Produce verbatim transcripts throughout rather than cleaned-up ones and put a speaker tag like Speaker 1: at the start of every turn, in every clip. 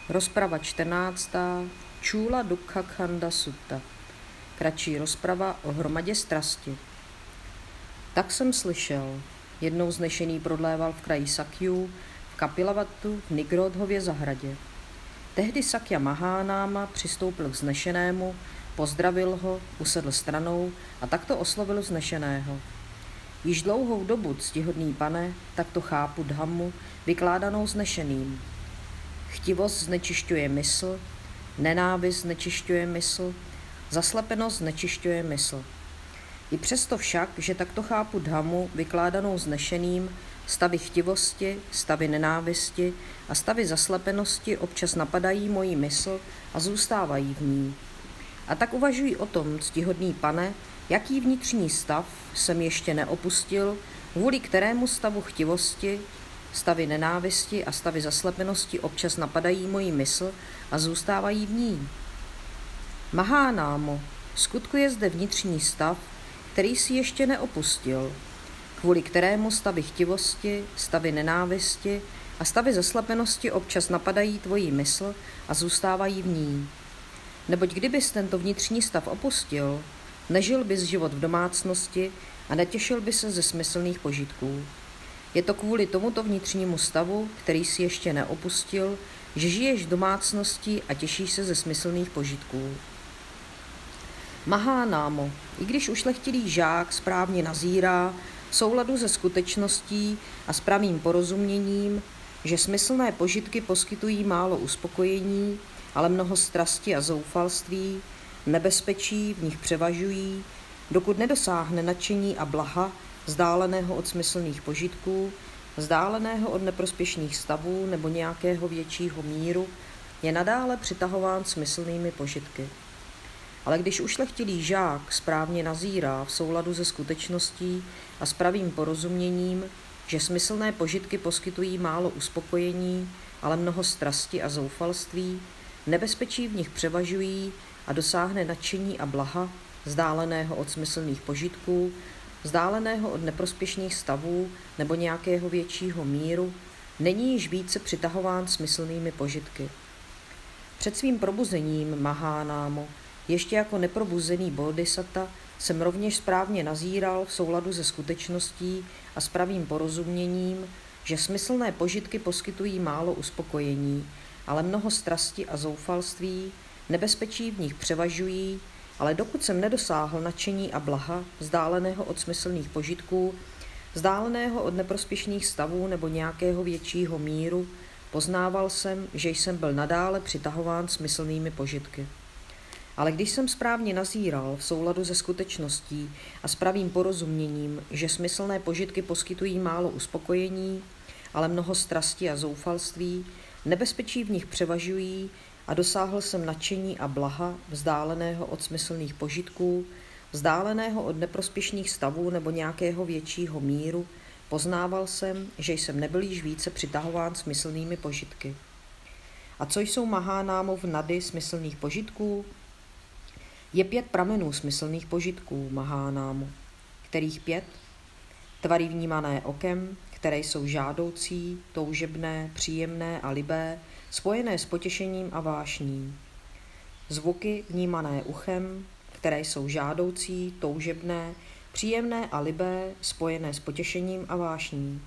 Speaker 1: Rozprava čtrnáctá. Čula Dukkha Khanda Sutta. Kratší rozprava o hromadě strasti. Tak jsem slyšel. Jednou znešený prodléval v kraji Sakyu, v Kapilavatu, v Nigrodhově zahradě. Tehdy Sakya Mahánáma přistoupil k znešenému, pozdravil ho, usedl stranou a takto oslovil znešeného. Již dlouhou dobu, ctihodný pane, takto chápu dhammu, vykládanou znešeným. Chtivost znečišťuje mysl, nenávist znečišťuje mysl, zaslepenost znečišťuje mysl. I přesto však, že takto chápu dhammu, vykládanou znešeným, stavy chtivosti, stavy nenávisti a stavy zaslepenosti občas napadají moji mysl a zůstávají v ní. A tak uvažuji o tom, ctihodný pane, jaký vnitřní stav jsem ještě neopustil, kvůli kterému stavu chtivosti, stavy nenávisti a stavy zaslepenosti občas napadají moji mysl a zůstávají v ní. Mahánámo, skutku je zde vnitřní stav, který si ještě neopustil, kvůli kterému stavy chtivosti, stavy nenávisti a stavy zaslepenosti občas napadají tvoji mysl a zůstávají v ní. Neboť kdybys tento vnitřní stav opustil, nežil bys život v domácnosti a netěšil by se ze smyslných požitků. Je to kvůli tomuto vnitřnímu stavu, který si ještě neopustil, že žiješ v domácnosti a těšíš se ze smyslných požitků. Mahánámo, i když ušlechtilý žák správně nazírá v souladu se skutečností a s pravým porozuměním, že smyslné požitky poskytují málo uspokojení, ale mnoho strasti a zoufalství, nebezpečí v nich převažují, dokud nedosáhne nadšení a blaha, vzdáleného od smyslných požitků, vzdáleného od neprospěšných stavů nebo nějakého většího míru, je nadále přitahován smyslnými požitky. Ale když ušlechtilý žák správně nazírá v souladu se skutečností a s pravým porozuměním, že smyslné požitky poskytují málo uspokojení, ale mnoho strasti a zoufalství, nebezpečí v nich převažují a dosáhne nadšení a blaha, vzdáleného od smyslných požitků, vzdáleného od neprospěšných stavů nebo nějakého většího míru, není již více přitahován smyslnými požitky. Před svým probuzením Mahánámo, ještě jako neprobuzený bodhisatta, jsem rovněž správně nazíral v souladu se skutečností a s pravým porozuměním, že smyslné požitky poskytují málo uspokojení, ale mnoho strasti a zoufalství, nebezpečí v nich převažují, ale dokud jsem nedosáhl nadšení a blaha, vzdáleného od smyslných požitků, vzdáleného od neprospěšných stavů nebo nějakého většího míru, poznával jsem, že jsem byl nadále přitahován smyslnými požitky. Ale když jsem správně nazíral v souladu se skutečností a s pravým porozuměním, že smyslné požitky poskytují málo uspokojení, ale mnoho strasti a zoufalství, nebezpečí v nich převažují a dosáhl jsem nadšení a blaha, vzdáleného od smyslných požitků, vzdáleného od neprospěšných stavů nebo nějakého většího míru, poznával jsem, že jsem nebyl již více přitahován smyslnými požitky. A co jsou Mahánámov nady smyslných požitků? Je pět pramenů smyslných požitků Mahánámu, kterých pět tvary vnímané okem, které jsou žádoucí, toužebné, příjemné a libé, spojené s potěšením a vášní. Zvuky vnímané uchem, které jsou žádoucí, toužebné, příjemné a libé, spojené s potěšením a vášní.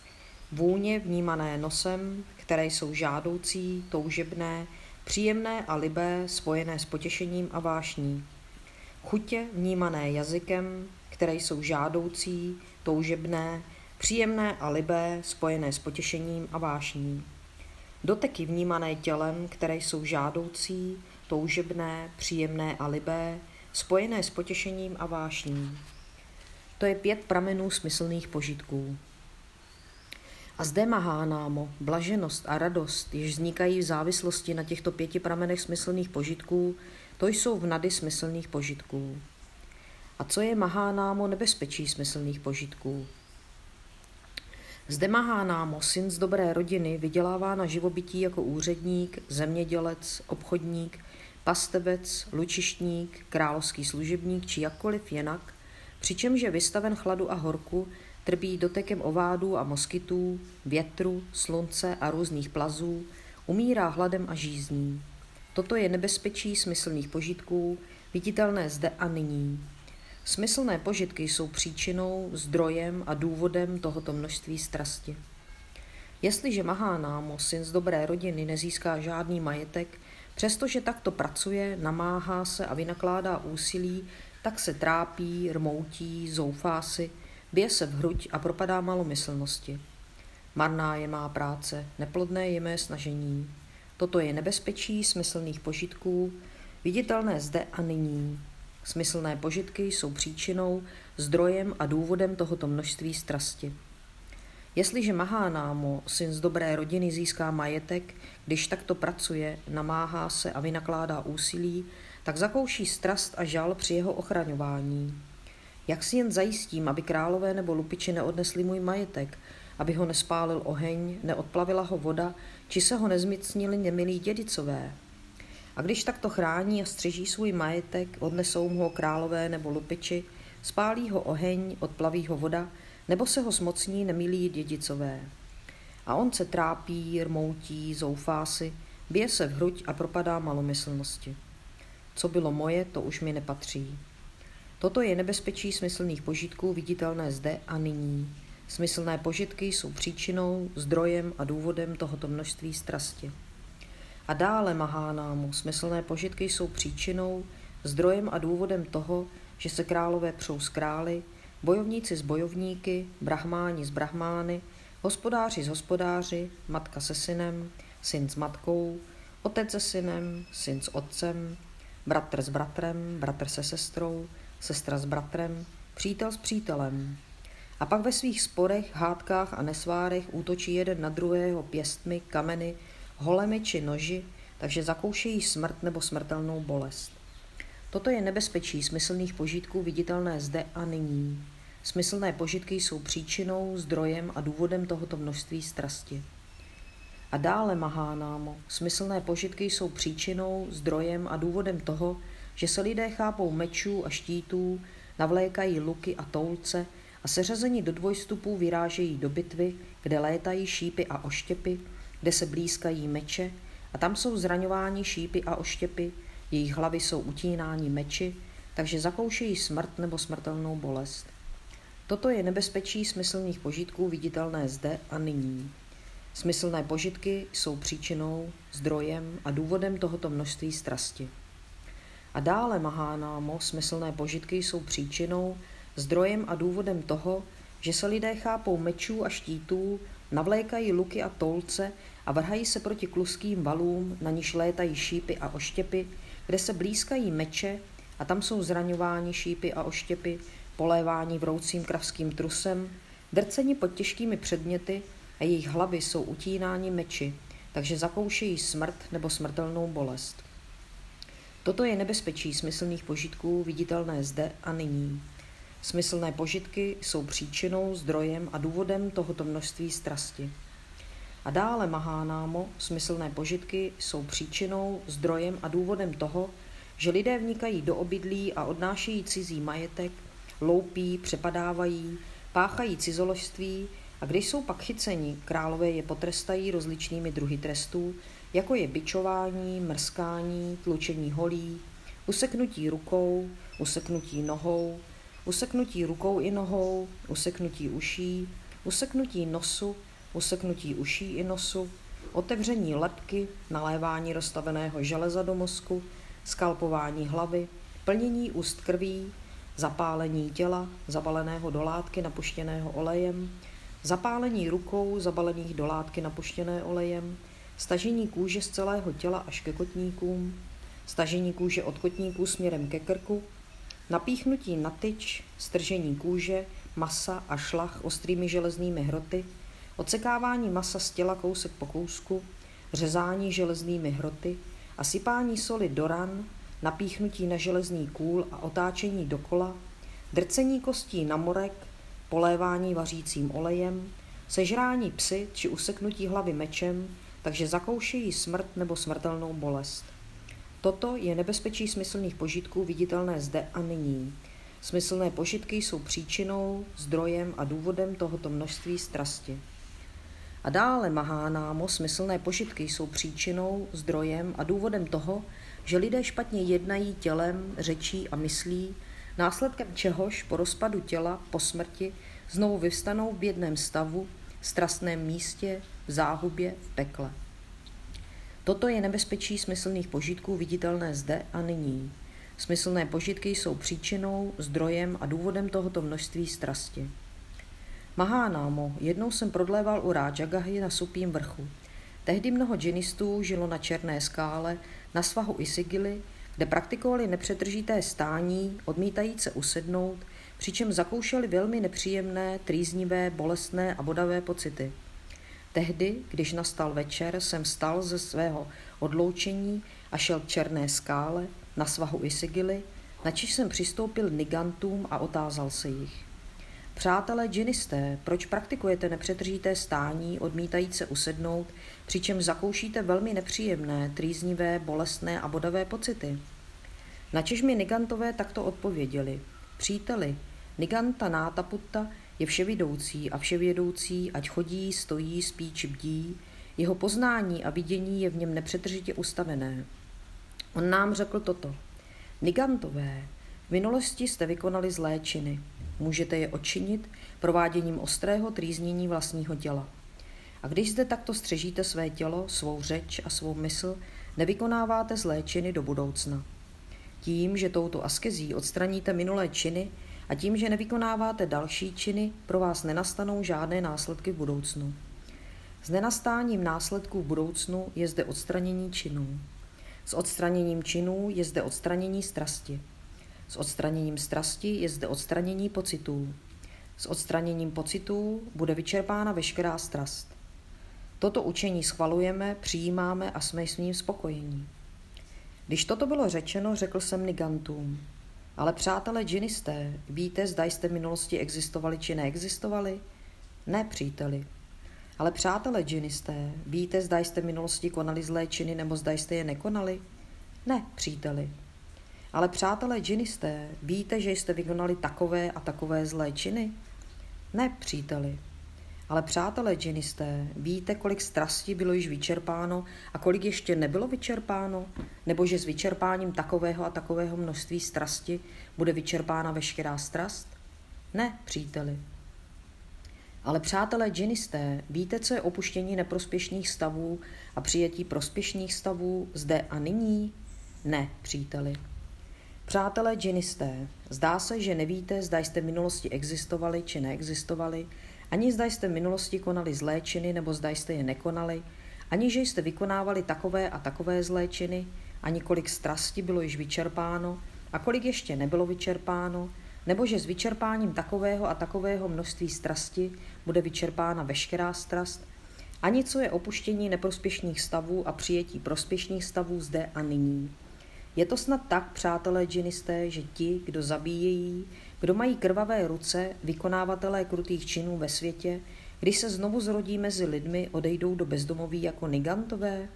Speaker 1: Vůně vnímané nosem, které jsou žádoucí, toužebné, příjemné a libé, spojené s potěšením a vášní. Chutě vnímané jazykem, které jsou žádoucí, toužebné, příjemné a libé, spojené s potěšením a vášní. Doteky vnímané tělem, které jsou žádoucí, toužebné, příjemné a libé, spojené s potěšením a vášní. To je pět pramenů smyslných požitků. A zde Mahánámo, blaženost a radost, jež vznikají v závislosti na těchto pěti pramenech smyslných požitků, to jsou vnady smyslných požitků. A co je Mahánámo nebezpečí smyslných požitků? Zde Mahánámo, syn z dobré rodiny, vydělává na živobytí jako úředník, zemědělec, obchodník, pastevec, lučištník, královský služebník či jakkoliv jinak, přičemž je vystaven chladu a horku, trpí dotekem ovádů a moskytů, větru, slunce a různých plazů, umírá hladem a žízní. Toto je nebezpečí smyslných požitků, viditelné zde a nyní. Smyslné požitky jsou příčinou, zdrojem a důvodem tohoto množství strasti. Jestliže Mahánámo, syn z dobré rodiny, nezíská žádný majetek, přestože takto pracuje, namáhá se a vynakládá úsilí, tak se trápí, rmoutí, zoufá si, bije se v hruď a propadá malomyslnosti. Marná je má práce, neplodné je mé snažení. Toto je nebezpečí smyslných požitků, viditelné zde a nyní. Smyslné požitky jsou příčinou, zdrojem a důvodem tohoto množství strasti. Jestliže Mahánámo, syn z dobré rodiny, získá majetek, když takto pracuje, namáhá se a vynakládá úsilí, tak zakouší strast a žal při jeho ochraňování. Jak si jen zajistím, aby králové nebo lupiči neodnesli můj majetek, aby ho nespálil oheň, neodplavila ho voda, či se ho nezmicnili nemilí dědicové? A když takto chrání a střeží svůj majetek, odnesou mu ho králové nebo lupiči, spálí ho oheň, odplaví ho voda, nebo se ho zmocní nemilí dědicové. A on se trápí, rmoutí, zoufá si, bije se v hruď a propadá malomyslnosti. Co bylo moje, to už mi nepatří. Toto je nebezpečí smyslných požitků viditelné zde a nyní. Smyslné požitky jsou příčinou, zdrojem a důvodem tohoto množství strasti. A dále Mahánámo, smyslné požitky jsou příčinou, zdrojem a důvodem toho, že se králové přou s králi, bojovníci s bojovníky, brahmáni s brahmány, hospodáři s hospodáři, matka se synem, syn s matkou, otec se synem, syn s otcem, bratr s bratrem, bratr se sestrou, sestra s bratrem, přítel s přítelem. A pak ve svých sporech, hádkách a nesvárech útočí jeden na druhého pěstmi, kameny, holemi či noži, takže zakoušejí smrt nebo smrtelnou bolest. Toto je nebezpečí smyslných požitků viditelné zde a nyní. Smyslné požitky jsou příčinou, zdrojem a důvodem tohoto množství strasti. A dále Mahánámo, smyslné požitky jsou příčinou, zdrojem a důvodem toho, že se lidé chápou mečů a štítů, navlékají luky a toulce a seřazení do dvojstupů vyrážejí do bitvy, kde létají šípy a oštěpy, kde se blýskají meče a tam jsou zraňováni šípy a oštěpy, jejich hlavy jsou utínáni meči, takže zakoušejí smrt nebo smrtelnou bolest. Toto je nebezpečí smyslných požitků viditelné zde a nyní. Smyslné požitky jsou příčinou, zdrojem a důvodem tohoto množství strasti. A dále Mahánámo, smyslné požitky jsou příčinou, zdrojem a důvodem toho, že se lidé chápou mečů a štítů, navlékají luky a toulce a vrhají se proti kluským valům, na niž létají šípy a oštěpy, kde se blýskají meče a tam jsou zraňováni šípy a oštěpy, polévání vroucím kravským trusem, drceni pod těžkými předměty a jejich hlavy jsou utínáni meči, takže zakoušejí smrt nebo smrtelnou bolest. Toto je nebezpečí smyslných požitků viditelné zde a nyní. Smyslné požitky jsou příčinou, zdrojem a důvodem tohoto množství strasti. A dále Mahánámo, smyslné požitky jsou příčinou, zdrojem a důvodem toho, že lidé vnikají do obydlí a odnášejí cizí majetek, loupí, přepadávají, páchají cizoložství a když jsou pak chyceni, králové je potrestají rozličnými druhy trestů, jako je bičování, mrskání, tlučení holí, useknutí rukou, useknutí nohou, useknutí rukou i nohou, useknutí uší, useknutí nosu, useknutí uší i nosu, otevření lebky, nalévání roztaveného železa do mozku, skalpování hlavy, plnění úst krví, zapálení těla, zabaleného do látky napuštěného olejem, zapálení rukou, zabalených do látky napuštěné olejem, stažení kůže z celého těla až ke kotníkům, stažení kůže od kotníků směrem ke krku, napíchnutí na tyč, stržení kůže, masa a šlach ostrými železnými hroty, odsekávání masa z těla kousek po kousku, řezání železnými hroty a sypání soli do ran, napíchnutí na železný kůl a otáčení dokola, drcení kostí na morek, polévání vařícím olejem, sežrání psy či useknutí hlavy mečem, takže zakoušejí smrt nebo smrtelnou bolest. Toto je nebezpečí smyslných požitků viditelné zde a nyní. Smyslné požitky jsou příčinou, zdrojem a důvodem tohoto množství strasti. A dále Mahánámo, smyslné požitky jsou příčinou, zdrojem a důvodem toho, že lidé špatně jednají tělem, řečí a myslí, následkem čehož po rozpadu těla, po smrti, znovu vyvstanou v bědném stavu, strastném místě, v záhubě, v pekle. Toto je nebezpečí smyslných požitků viditelné zde a nyní. Smyslné požitky jsou příčinou, zdrojem a důvodem tohoto množství strasti. Mahánámo, jednou jsem prodléval u Rajagahy na Supím vrchu. Tehdy mnoho džinistů žilo na černé skále, na svahu Isigily, kde praktikovali nepřetržité stání, odmítajíce usednout, přičemž zakoušeli velmi nepříjemné, trýznivé, bolestné a bodavé pocity. Tehdy, když nastal večer, jsem vstal ze svého odloučení a šel k černé skále, na svahu Isigily, načež jsem přistoupil nigantům a otázal se jich. Přátelé džinisté, proč praktikujete nepřetržité stání, odmítajíce usednout, přičemž zakoušíte velmi nepříjemné, trýznivé, bolestné a bodavé pocity? Načež mi nigantové takto odpověděli. Příteli, Niganta Nátaputta je vševidoucí a vševědoucí, ať chodí, stojí, spí či bdí, jeho poznání a vidění je v něm nepřetržitě ustavené. On nám řekl toto. Nigantové, v minulosti jste vykonali zlé činy. Můžete je odčinit prováděním ostrého trýznění vlastního těla. A když zde takto střežíte své tělo, svou řeč a svou mysl, nevykonáváte zlé činy do budoucna. Tím, že touto askezí odstraníte minulé činy a tím, že nevykonáváte další činy, pro vás nenastanou žádné následky v budoucnu. S nenastáním následků v budoucnu je zde odstranění činů. S odstraněním činů je zde odstranění strasti. S odstraněním strasti je zde odstranění pocitů. S odstraněním pocitů bude vyčerpána veškerá strast. Toto učení schvalujeme, přijímáme a jsme s ním spokojení. Když toto bylo řečeno, řekl jsem nigantům. Ale přátelé džinisté, víte, zda jste v minulosti existovali či neexistovali? Ne, příteli. Ale přátelé džinisté, víte, zda jste v minulosti konali zlé činy nebo zda jste je nekonali? Ne, příteli. Ale přátelé džinisté, víte, že jste vykonali takové a takové zlé činy? Ne, příteli. Ale přátelé džinisté, víte, kolik strasti bylo již vyčerpáno a kolik ještě nebylo vyčerpáno? Nebo že s vyčerpáním takového a takového množství strasti bude vyčerpána veškerá strast? Ne, příteli. Ale přátelé džinisté, víte, co je opuštění neprospěšných stavů a přijetí prospěšných stavů zde a nyní? Ne, příteli. Přátelé džinisté, zdá se, že nevíte, zda jste v minulosti existovali či neexistovali, ani zda jste v minulosti konali zlé činy nebo zda jste je nekonali, ani že jste vykonávali takové a takové zlé činy, ani kolik strasti bylo již vyčerpáno a kolik ještě nebylo vyčerpáno, nebo že s vyčerpáním takového a takového množství strasti bude vyčerpána veškerá strast, ani co je opuštění neprospěšných stavů a přijetí prospěšných stavů zde a nyní. Je to snad tak, přátelé džinisté, že ti, kdo zabíjejí, kdo mají krvavé ruce, vykonávatelé krutých činů ve světě, když se znovu zrodí mezi lidmi, odejdou do bezdomoví jako nigantové?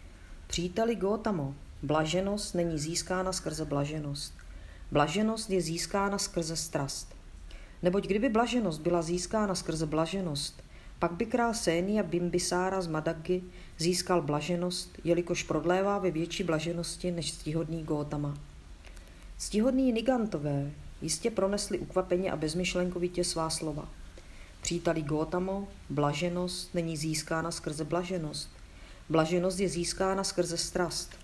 Speaker 1: Příteli Gautamo, blaženost není získána skrze blaženost. Blaženost je získána skrze strast. Neboť kdyby blaženost byla získána skrze blaženost, pak by král Sénia Bimbisára z Madagy získal blaženost, jelikož prodlévá ve větší blaženosti než ctihodný Gautama. Ctihodní nigantové jistě pronesli ukvapeně a bezmyšlenkovitě svá slova. Příteli Gautamo, blaženost není získána skrze blaženost. Blaženost je získána skrze strast.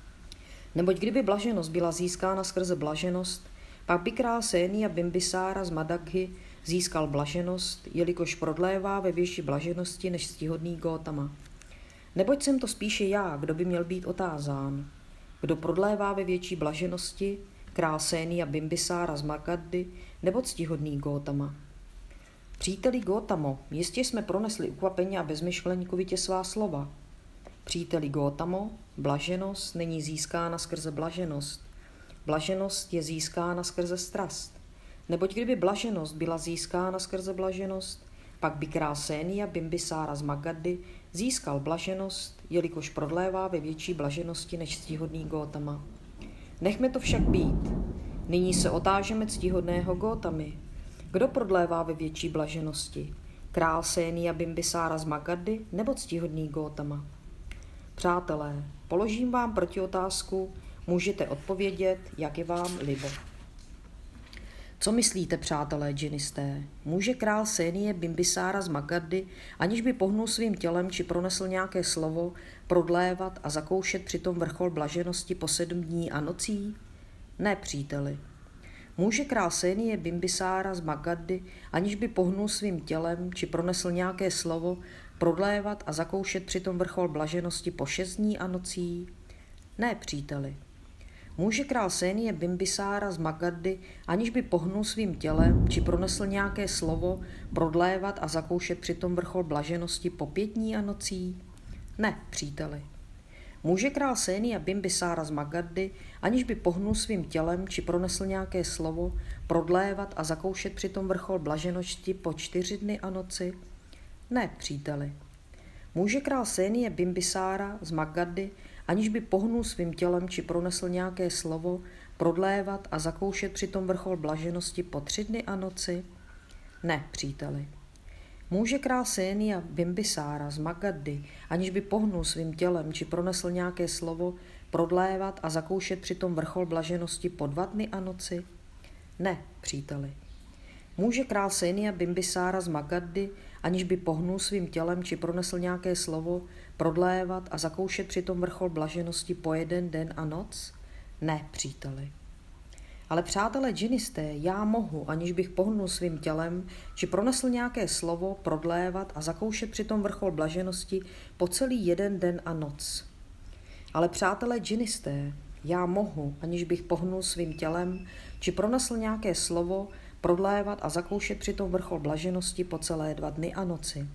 Speaker 1: Neboť kdyby blaženost byla získána skrze blaženost, pak by král Sénia Bimbisára z Madaghy získal blaženost, jelikož prodlévá ve větší blaženosti než ctihodný Gautama. Neboť jsem to spíše já, kdo by měl být otázán. Kdo prodlévá ve větší blaženosti, král Sénia Bimbisára z Magadhy nebo ctihodný Gautama. Příteli Gautamo, jistě jsme pronesli ukvapeně a bezmyšlenkovitě svá slova. Příteli Gautamo, blaženost není získána skrze blaženost. Blaženost je získána skrze strast. Neboť kdyby blaženost byla získána skrze blaženost, pak by král Sénia Bimbisára z Magadhy získal blaženost, jelikož prodlévá ve větší blaženosti než ctihodný Gautama. Nechme to však být. Nyní se otážeme ctihodného Gautamy. Kdo prodlévá ve větší blaženosti? král Sénia Bimbisára z Magadhy nebo ctihodný Gautama? Přátelé, položím vám protiotázku, můžete odpovědět, jak je vám libo. Co myslíte, přátelé džinisté? Může král Sénie Bimbisára z Magadhy, aniž by pohnul svým tělem či pronesl nějaké slovo, prodlévat a zakoušet přitom vrchol blaženosti po sedm dní a nocí? Ne, příteli. Může král Sénie Bimbisára z Magadhy, aniž by pohnul svým tělem či pronesl nějaké slovo, prodlévat a zakoušet přitom vrchol blaženosti po šest dní a nocí? Ne, příteli. Může král Sénie Bimbisára z Magadhy, aniž by pohnul svým tělem či pronesl nějaké slovo, prodlévat a zakoušet přitom vrchol blaženosti po pět dní a nocí? Ne, příteli. Může král Sénia Bimbisára z Magadhy, aniž by pohnul svým tělem či pronesl nějaké slovo, prodlévat a zakoušet přitom vrchol blaženosti po čtyři dny a noci? Ne, příteli. Může král Sénie Bimbisára z Magadhy, aniž by pohnul svým tělem či pronesl nějaké slovo, prodlévat a zakoušet přitom vrchol blaženosti po tři dny a noci? Ne, příteli. Může král Sénia Bimbisára z Magadhy, aniž by pohnul svým tělem či pronesl nějaké slovo, prodlévat a zakoušet přitom vrchol blaženosti po dva dny a noci? Ne, příteli. Může král Sénia Bimbisára z Magadhy, aniž by pohnul svým tělem či pronesl nějaké slovo, prodlévat a zakoušet přitom vrchol blaženosti po jeden den a noc? Ne, příteli. Ale přátelé džinisté, já mohu, aniž bych pohnul svým tělem, či pronesl nějaké slovo, prodlévat a zakoušet přitom vrchol blaženosti po celý jeden den a noc. Ale přátelé džinisté, já mohu, aniž bych pohnul svým tělem, či pronesl nějaké slovo, prodlévat a zakoušet přitom vrchol blaženosti po celé dva dny a noci.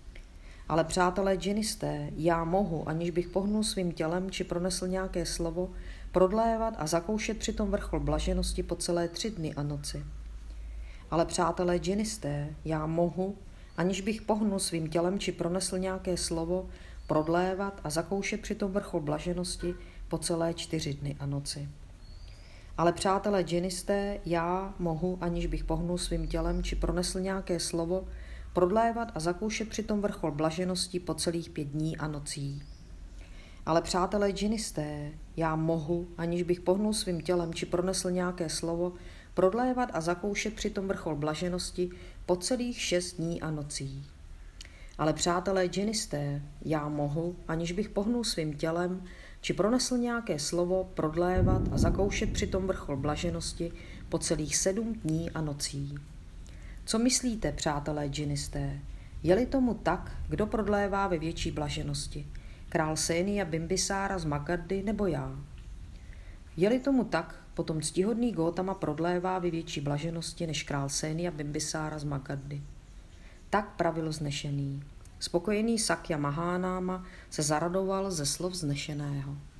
Speaker 1: Ale přátelé džinisté, já mohu, aniž bych pohnul svým tělem, či pronesl nějaké slovo, prodlévat a zakoušet přitom vrchol blaženosti po celé tři dny a noci. Ale přátelé džinisté, já mohu, aniž bych pohnul svým tělem, či pronesl nějaké slovo, prodlévat a zakoušet přitom vrchol blaženosti po celé čtyři dny a noci. Ale přátelé džinisté, já mohu, aniž bych pohnul svým tělem, či pronesl nějaké slovo, prodlévat a zakoušet přitom vrchol blaženosti po celých pět dní a nocí. Ale přátelé džinisté, já mohu, aniž bych pohnul svým tělem, či pronesl nějaké slovo, prodlévat a zakoušet přitom vrchol blaženosti po celých šest dní a nocí. Ale přátelé džinisté, já mohu, aniž bych pohnul svým tělem, či pronesl nějaké slovo, prodlévat a zakoušet přitom vrchol blaženosti po celých sedm dní a nocí. Co myslíte, přátelé džinisté? Je-li tomu tak, kdo prodlévá ve větší blaženosti? Král Sénia Bimbisára z Magadhy nebo já? Je-li tomu tak, potom ctihodný Gautama prodlévá ve větší blaženosti než král Sénia Bimbisára z Magadhy. Tak pravil vznešený. Spokojený Sakya Mahánáma se zaradoval ze slov vznešeného.